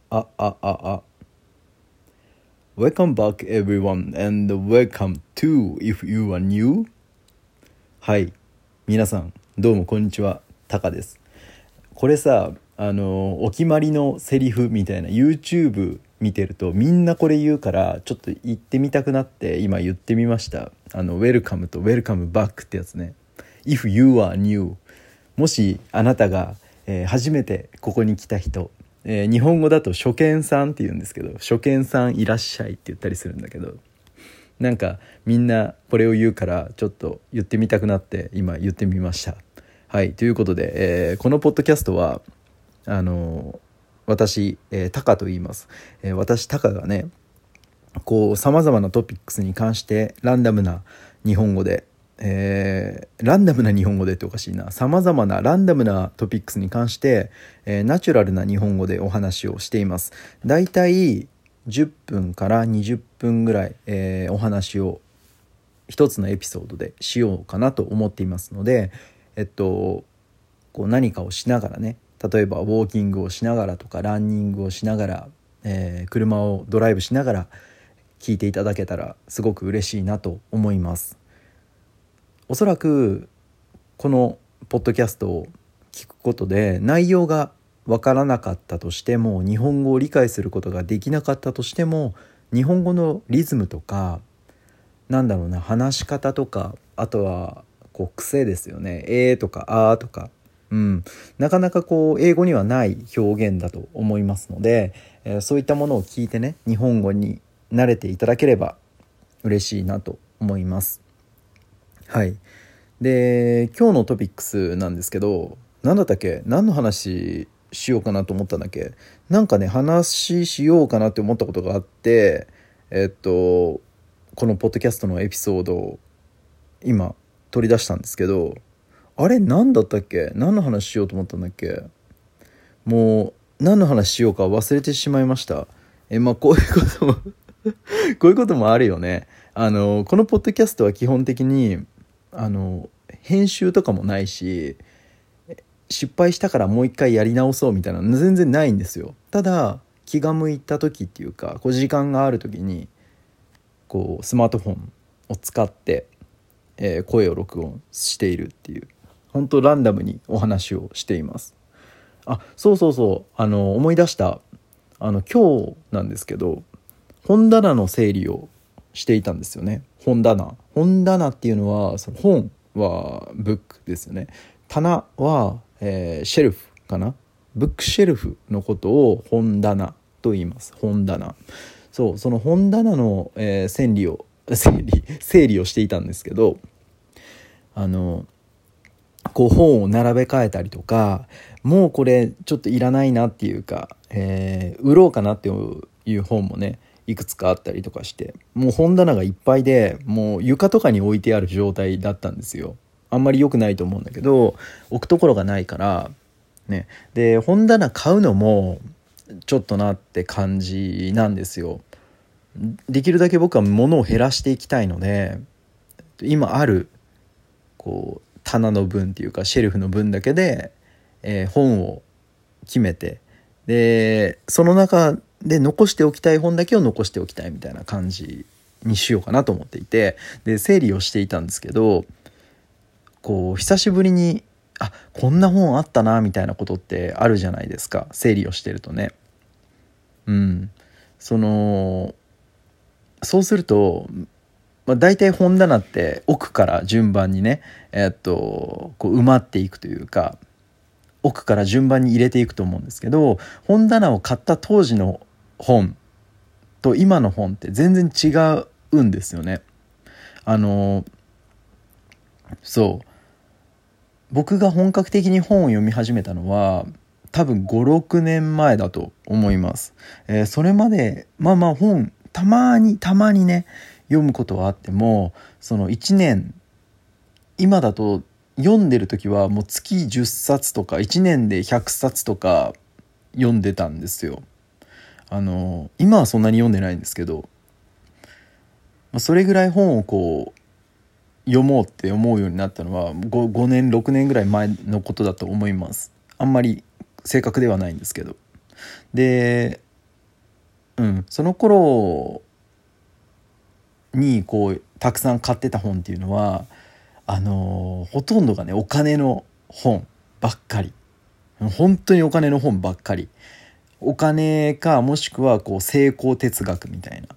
Welcome back everyone and welcome to if you are new. はい、皆さんどうもこんにちは、タカです。これさ、お決まりのセリフみたいな YouTube 見てるとみんなこれ言うからちょっと言ってみたくなって今言ってみました。Welcome と Welcome back ってやつね。If you are new、 もしあなたが、初めてここに来た人、日本語だと初見さんって言うんですけど、初見さんいらっしゃいって言ったりするんだけど、なんかみんなこれを言うからちょっと言ってみたくなって今言ってみました。はい、ということで、このポッドキャストは私、タカと言います。私タカがね、こう様々なトピックスに関してランダムな日本語で、ランダムな日本語でっておかしいな、様々なランダムなトピックスに関して、ナチュラルな日本語でお話をしています。だいたい10分から20分ぐらい、お話を一つのエピソードでしようかなと思っていますので、こう何かをしながらね、例えばウォーキングをしながらとかランニングをしながら、車をドライブしながら聞いていただけたらすごく嬉しいなと思います。おそらくこのポッドキャストを聞くことで内容がわからなかったとしても、日本語を理解することができなかったとしても、日本語のリズムとか話し方とか、あとはこう癖ですよね、とかとか、なかなかこう英語にはない表現だと思いますので、そういったものを聞いてね、日本語に慣れていただければ嬉しいなと思います。はい。で、今日のトピックスなんですけど、何だったっけ？何の話しようかなと思ったんだっけ？なんかね、話しようかなって思ったことがあって、このポッドキャストのエピソードを今取り出したんですけど、あれ何だったっけ？何の話しようと思ったんだっけ？もう何の話しようか忘れてしまいました。こういうこともこういうこともあるよね。このポッドキャストは基本的に編集とかもないし、失敗したからもう一回やり直そうみたいなの全然ないんですよ。ただ気が向いた時っていうか、こう時間がある時にこうスマートフォンを使って、声を録音しているっていう、本当ランダムにお話をしています。そう思い出した。今日なんですけど、本棚の整理をしていたんですよね。本棚っていうのは、その本はブックですよね。棚は、シェルフかな。ブックシェルフのことを本棚と言います。本棚。その本棚の、整理をしていたんですけど、こう本を並べ替えたりとか、もうこれちょっといらないなっていうか、売ろうかなっていう本もね、いくつかあったりとかして、もう本棚がいっぱいで、もう床とかに置いてある状態だったんですよ。あんまり良くないと思うんだけど、置くところがないからね。で、本棚買うのもちょっとなって感じなんですよ。できるだけ僕は物を減らしていきたいので、今あるこう棚の分っていうかシェルフの分だけで、本を決めて、でその中で残しておきたい本だけを残しておきたいみたいな感じにしようかなと思っていて、で整理をしていたんですけど、こう久しぶりにこんな本あったなみたいなことってあるじゃないですか、整理をしてるとね。そうすると、大体本棚って奥から順番にね、こう埋まっていくというか、奥から順番に入れていくと思うんですけど、本棚を買った当時の本と今の本って全然違うんですよね。僕が本格的に本を読み始めたのは多分5、6年前だと思います。それまで本たまにね読むことはあっても、その1年、今だと読んでる時はもう月10冊とか1年で100冊とか読んでたんですよ。今はそんなに読んでないんですけど、それぐらい本をこう読もうって思うようになったのは 5年6年ぐらい前のことだと思います。あんまり正確ではないんですけど。でその頃にこうたくさん買ってた本っていうのはほとんどがねお金の本ばっかり、本当にお金の本ばっかり、お金かもしくはこう成功哲学みたいな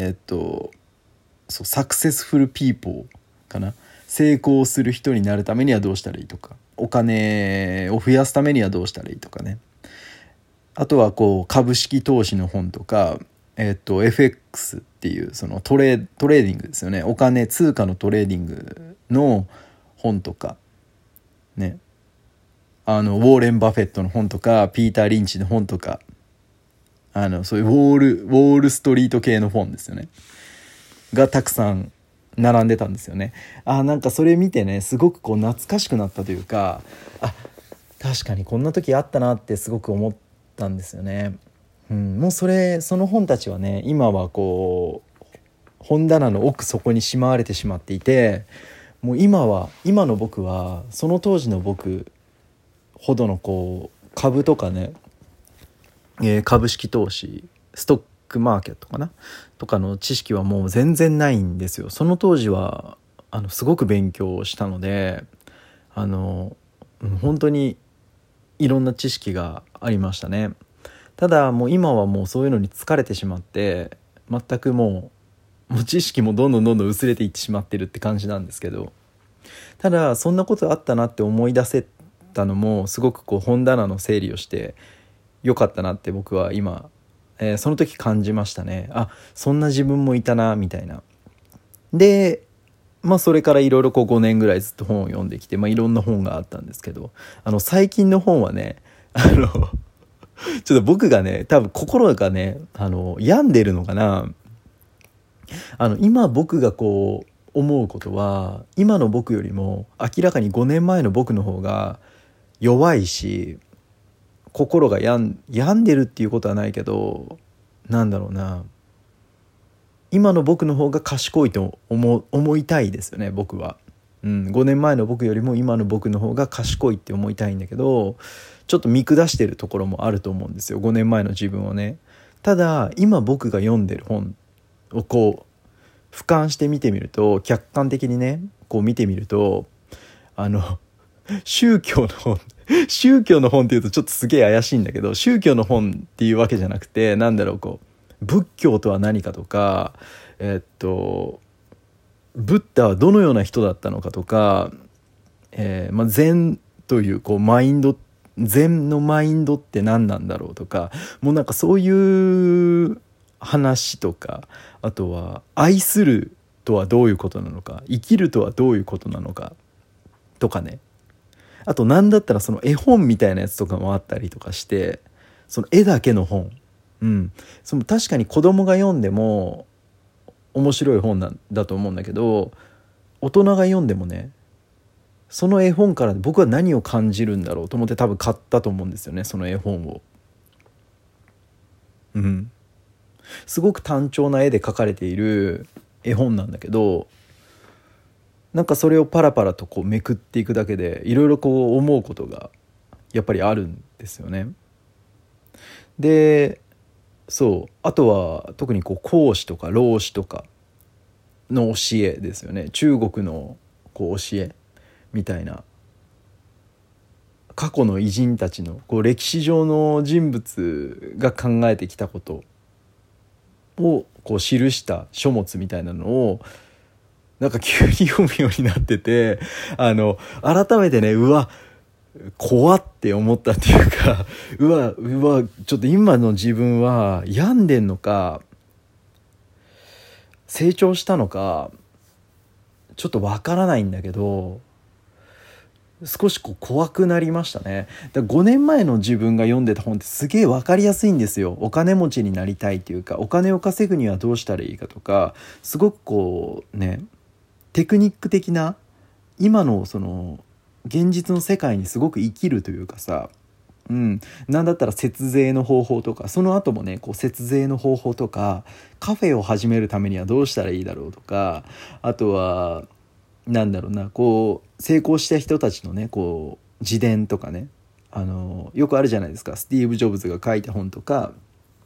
そうサクセスフルピーポーかな、成功する人になるためにはどうしたらいいとか、お金を増やすためにはどうしたらいいとかね、あとはこう株式投資の本とか、FX っていうそのトレーディングですよね、お金通貨のトレーディングの本とかね、ウォーレン・バフェットの本とかピーター・リンチの本とかそういうウォールストリート系の本ですよねがたくさん並んでたんですよね。なんかそれ見てねすごくこう懐かしくなったというか、確かにこんな時あったなってすごく思ったんですよね。もうその本たちはね今はこう本棚の奥底にしまわれてしまっていて、もう今の僕はその当時の僕ほどのこう株とかね、株式投資ストックマーケットかなとかの知識はもう全然ないんですよ。その当時はすごく勉強したので本当にいろんな知識がありましたね。ただもう今はもうそういうのに疲れてしまって全くもう知識もどんどん薄れていってしまってるって感じなんですけど、ただそんなことあったなって思い出せたのもすごくこう本棚の整理をしてよかったなって僕は今、その時感じましたね。そんな自分もいたなみたいな。でそれからいろいろこう5年ぐらいずっと本を読んできて、いろんな本があったんですけど、最近の本はねちょっと僕がね多分心がね病んでるのかな。今僕がこう思うことは今の僕よりも明らかに5年前の僕の方が弱いし、心が病んでるっていうことはないけど、なんだろうな、今の僕の方が賢いと思いたいですよね僕は。5年前の僕よりも今の僕の方が賢いって思いたいんだけど、ちょっと見下してるところもあると思うんですよ5年前の自分をね。ただ今僕が読んでる本をこう俯瞰して見てみると、客観的にねこう見てみると宗教の本っていうとちょっとすげえ怪しいんだけど、宗教の本っていうわけじゃなくて、こう仏教とは何かとか、ブッダはどのような人だったのかとか、禅というこう禅のマインドって何なんだろうとか、もうなんかそういう話とか、あとは愛するとはどういうことなのか、生きるとはどういうことなのかとかね、あと何だったらその絵本みたいなやつとかもあったりとかして、その絵だけの本、その確かに子供が読んでも面白い本なんだと思うんだけど、大人が読んでもねその絵本から僕は何を感じるんだろうと思って多分買ったと思うんですよね、その絵本を。すごく単調な絵で描かれている絵本なんだけど、なんかそれをパラパラとこうめくっていくだけでいろいろこう思うことがやっぱりあるんですよね。であとは特にこう孔子とか老子とかの教えですよね。中国のこう教えみたいな、過去の偉人たちのこう歴史上の人物が考えてきたことをこう記した書物みたいなのをなんか急に読むようになってて、改めてね怖って思ったっていうかちょっと今の自分は病んでんのか成長したのかちょっとわからないんだけど、少しこう怖くなりましたね。だ5年前の自分が読んでた本ってすげえわかりやすいんですよ。お金持ちになりたいっていうか、お金を稼ぐにはどうしたらいいかとか、すごくこうねテクニック的な、今のその現実の世界にすごく生きるというかさ、なんだったら節税の方法とか、その後もねこう節税の方法とか、カフェを始めるためにはどうしたらいいだろうとか、あとはこう成功した人たちのねこう自伝とかね、よくあるじゃないですか。スティーブ・ジョブズが書いた本とか、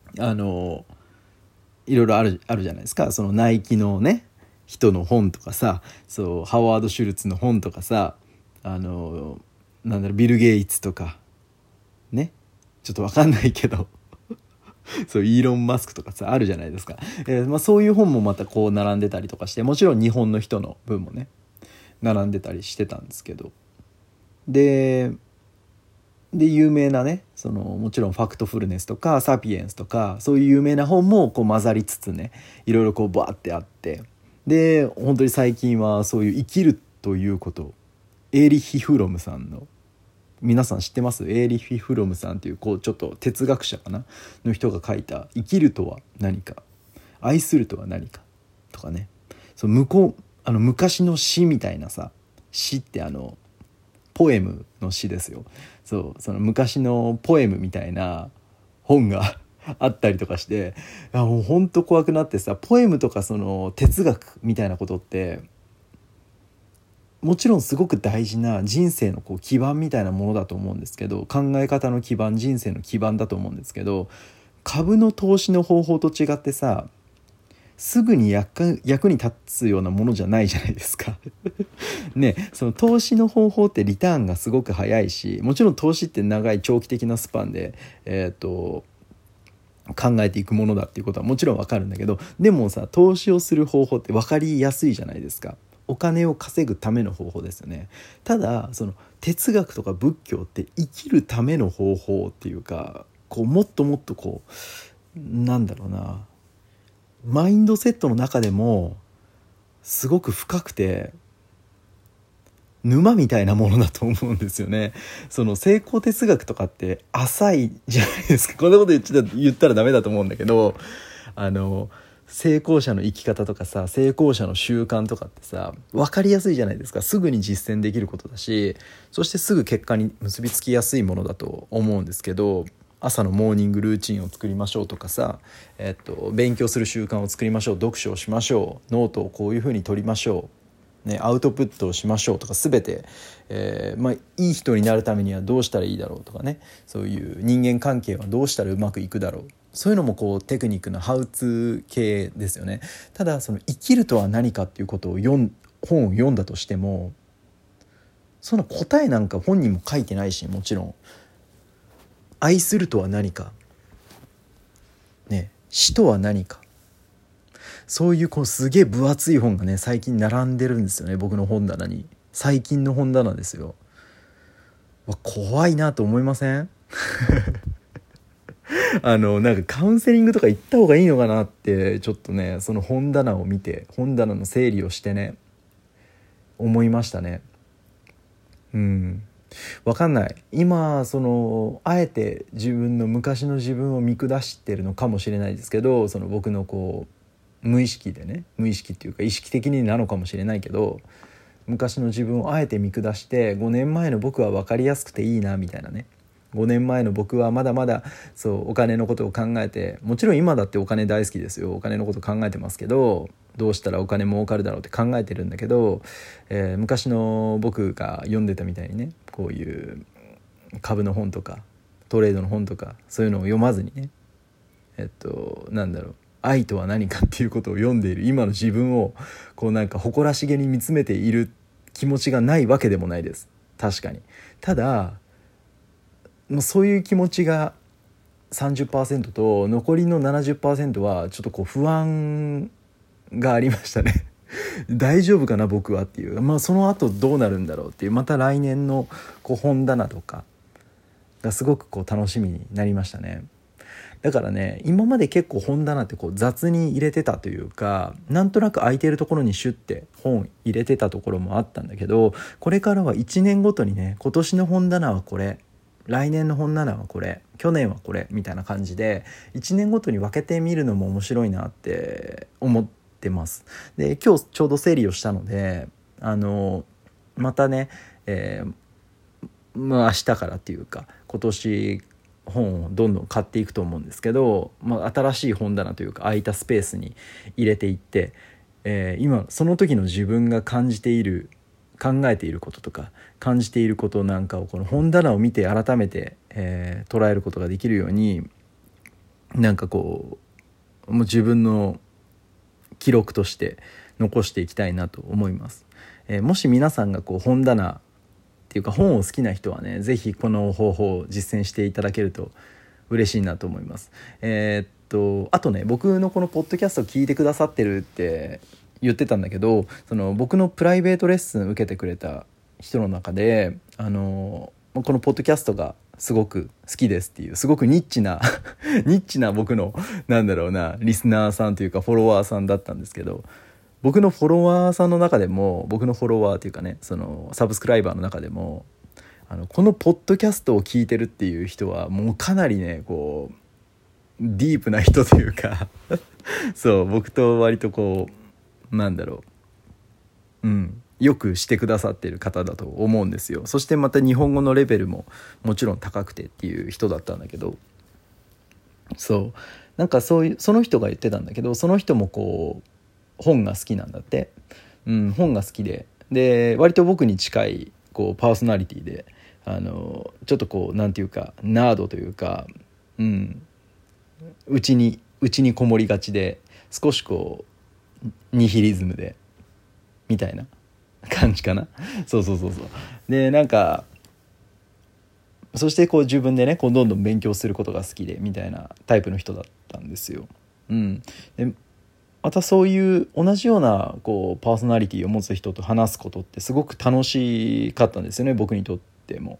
あのいろいろあるじゃないですか。そのナイキのね人の本とかさ、そうハワード・シュルツの本とかさ、なんだろう、ビル・ゲイツとかね、ちょっと分かんないけどそうイーロン・マスクとかさあるじゃないですか。そういう本もまたこう並んでたりとかして、もちろん日本の人の分もね並んでたりしてたんですけど、で有名なね、そのもちろんファクトフルネスとかサピエンスとかそういう有名な本もこう混ざりつつね、いろいろこうバーってあって、で本当に最近はそういう生きるということ、エーリッヒ・フロムさんの、皆さん知ってます？エーリッヒ・フロムさんっていうこうちょっと哲学者かなの人が書いた生きるとは何か、愛するとは何かとかね、そう昔の詩みたいなさ、詩ってポエムの詩ですよ。その昔のポエムみたいな本があったりとかして、もうほんと怖くなってさ、ポエムとかその哲学みたいなことってもちろんすごく大事な人生のこう基盤みたいなものだと思うんですけど、考え方の基盤、人生の基盤だと思うんですけど、株の投資の方法と違ってさ、すぐに役に立つようなものじゃないじゃないですかね。その投資の方法ってリターンがすごく早いし、もちろん投資って長い長期的なスパンで考えていくものだっていうことはもちろんわかるんだけど、でもさ、投資をする方法って分かりやすいじゃないですか。お金を稼ぐための方法ですよね。ただその哲学とか仏教って生きるための方法っていうか、こうもっともっとこうなんだろうな、マインドセットの中でもすごく深くて沼みたいなものだと思うんですよね。その成功哲学とかって浅いじゃないですか。こんなこと言ったらダメだと思うんだけど、成功者の生き方とかさ、成功者の習慣とかってさ、分かりやすいじゃないですか。すぐに実践できることだし、そしてすぐ結果に結びつきやすいものだと思うんですけど、朝のモーニングルーチンを作りましょうとかさ、勉強する習慣を作りましょう、読書をしましょう、ノートをこういうふうに取りましょう、ね、アウトプットをしましょうとか、全て、いい人になるためにはどうしたらいいだろうとかね、そういう人間関係はどうしたらうまくいくだろう、そういうのもこうテクニックのハウツー系ですよね。ただその生きるとは何かっていうことを本を読んだとしても、その答えなんか本人も書いてないし、もちろん愛するとは何か、ね、死とは何か、そういうこうすげえ分厚い本がね最近並んでるんですよね、僕の本棚に。最近の本棚ですよ。怖いなと思いません？なんかカウンセリングとか行った方がいいのかなってちょっとね、その本棚を見て、本棚の整理をしてね思いましたね。わかんない。今そのあえて自分の昔の自分を見下してるのかもしれないですけど、その僕のこう無意識でね、無意識っていうか意識的になのかもしれないけど、昔の自分をあえて見下して、5年前の僕は分かりやすくていいなみたいなね、5年前の僕はまだまだそうお金のことを考えて、もちろん今だってお金大好きですよ、お金のこと考えてますけど、どうしたらお金儲かるだろうって考えてるんだけど、昔の僕が読んでたみたいにね、こういう株の本とかトレードの本とかそういうのを読まずにね、なんだろう、愛とは何かっていうことを読んでいる今の自分をこうなんか誇らしげに見つめている気持ちがないわけでもないです。確かに。ただもうそういう気持ちが 30% と残りの 70% はちょっとこう不安がありましたね大丈夫かな僕はっていう、その後どうなるんだろうっていう、また来年のこう本棚とかがすごくこう楽しみになりましたね。だからね、今まで結構本棚ってこう雑に入れてたというか、なんとなく空いてるところにシュッて本入れてたところもあったんだけど、これからは1年ごとにね、今年の本棚はこれ、来年の本棚はこれ、去年はこれみたいな感じで1年ごとに分けてみるのも面白いなって思ってます。で、今日ちょうど整理をしたので、またね、明日からっていうか今年本をどんどん買っていくと思うんですけど、新しい本棚というか空いたスペースに入れていって、今その時の自分が感じている、考えていることとか感じていることなんかをこの本棚を見て改めて、捉えることができるようになんかこうもう自分の記録として残していきたいなと思います。もし皆さんがこう本棚っていうか本を好きな人はね、ぜひこの方法を実践していただけると嬉しいなと思います。あとね、僕のこのポッドキャストを聞いてくださってるって言ってたんだけど、その僕のプライベートレッスン受けてくれた人の中でこのポッドキャストがすごく好きですっていう、すごくニッチなニッチな僕のリスナーさんというかフォロワーさんだったんですけど、僕のフォロワーさんの中でも、僕のフォロワーというかね、そのサブスクライバーの中でもこのポッドキャストを聞いてるっていう人はもうかなりね、こうディープな人というかそう、僕と割とこうよくしてくださっている方だと思うんですよ。そしてまた日本語のレベルももちろん高くてっていう人だったんだけど、そうなんかそういう、その人が言ってたんだけど、その人もこう本が好きなんだって、本が好きで割と僕に近いこうパーソナリティで、ちょっとこうなんていうかナードというか、うちにこもりがちで、少しこうニヒリズムでみたいな感じかな。そうで、なんかそしてこう自分でね、こうどんどん勉強することが好きでみたいなタイプの人だったんですよ。でまたそういう同じようなこうパーソナリティを持つ人と話すことってすごく楽しかったんですよね、僕にとっても。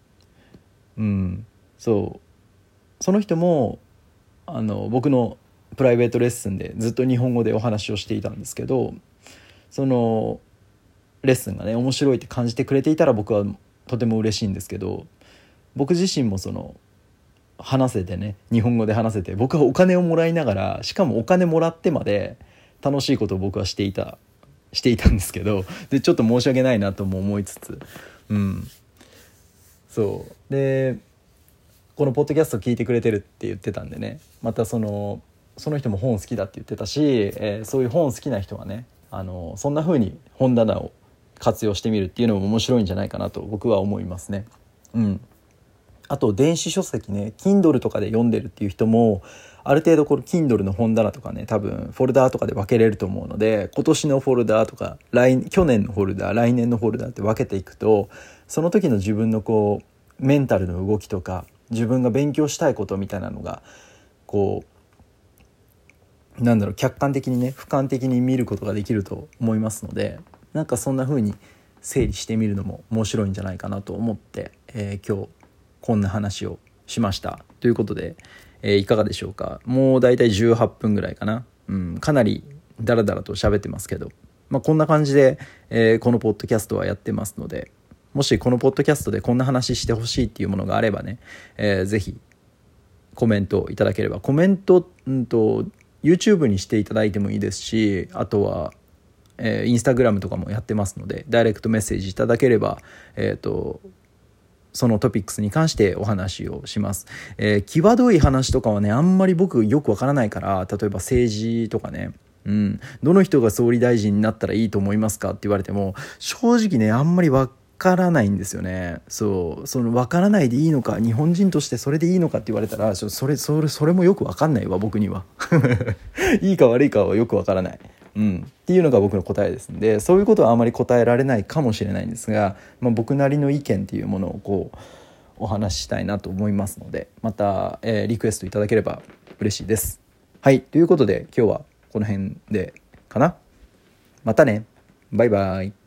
その人も僕のプライベートレッスンでずっと日本語でお話をしていたんですけど、そのレッスンがね面白いって感じてくれていたら僕はとても嬉しいんですけど、僕自身もその話せてね、日本語で話せて、僕はお金をもらいながら、しかもお金もらってまで楽しいことを僕はしていたんですけど、でちょっと申し訳ないなとも思いつつ、そうでこのポッドキャスト聞いてくれてるって言ってたんでね、またその人も本好きだって言ってたし、そういう本好きな人はね、そんな風に本棚を活用してみるっていうのも面白いんじゃないかなと僕は思いますね。あと電子書籍ね、 Kindle とかで読んでるっていう人もある程度この Kindle の本棚とかね、多分フォルダーとかで分けれると思うので、今年のフォルダーとか去年のフォルダー、来年のフォルダーって分けていくと、その時の自分のこうメンタルの動きとか、自分が勉強したいことみたいなのがこう客観的にね、俯瞰的に見ることができると思いますので、なんかそんな風に整理してみるのも面白いんじゃないかなと思って、今日こんな話をしましたということで、いかがでしょうか。もうだいたい18分ぐらいかな、かなりダラダラと喋ってますけど、こんな感じで、このポッドキャストはやってますので、もしこのポッドキャストでこんな話してほしいっていうものがあればね、ぜひコメントいただければ、コメント、YouTube にしていただいてもいいですし、あとは、インスタグラムとかもやってますので、ダイレクトメッセージいただければ、そのトピックスに関してお話をします。際どい話とかはね、あんまり僕よくわからないから、例えば政治とかね、どの人が総理大臣になったらいいと思いますかって言われても、正直ね、あんまりわからないんですよね。その分からないでいいのか、日本人としてそれでいいのかって言われたら、それもよく分かんないわ、僕には。いいか悪いかはよく分からない、っていうのが僕の答えですので、そういうことはあまり答えられないかもしれないんですが、僕なりの意見っていうものをこうお話ししたいなと思いますので、また、リクエストいただければ嬉しいです。はい、ということで今日はこの辺でかな。またね、バイバイ。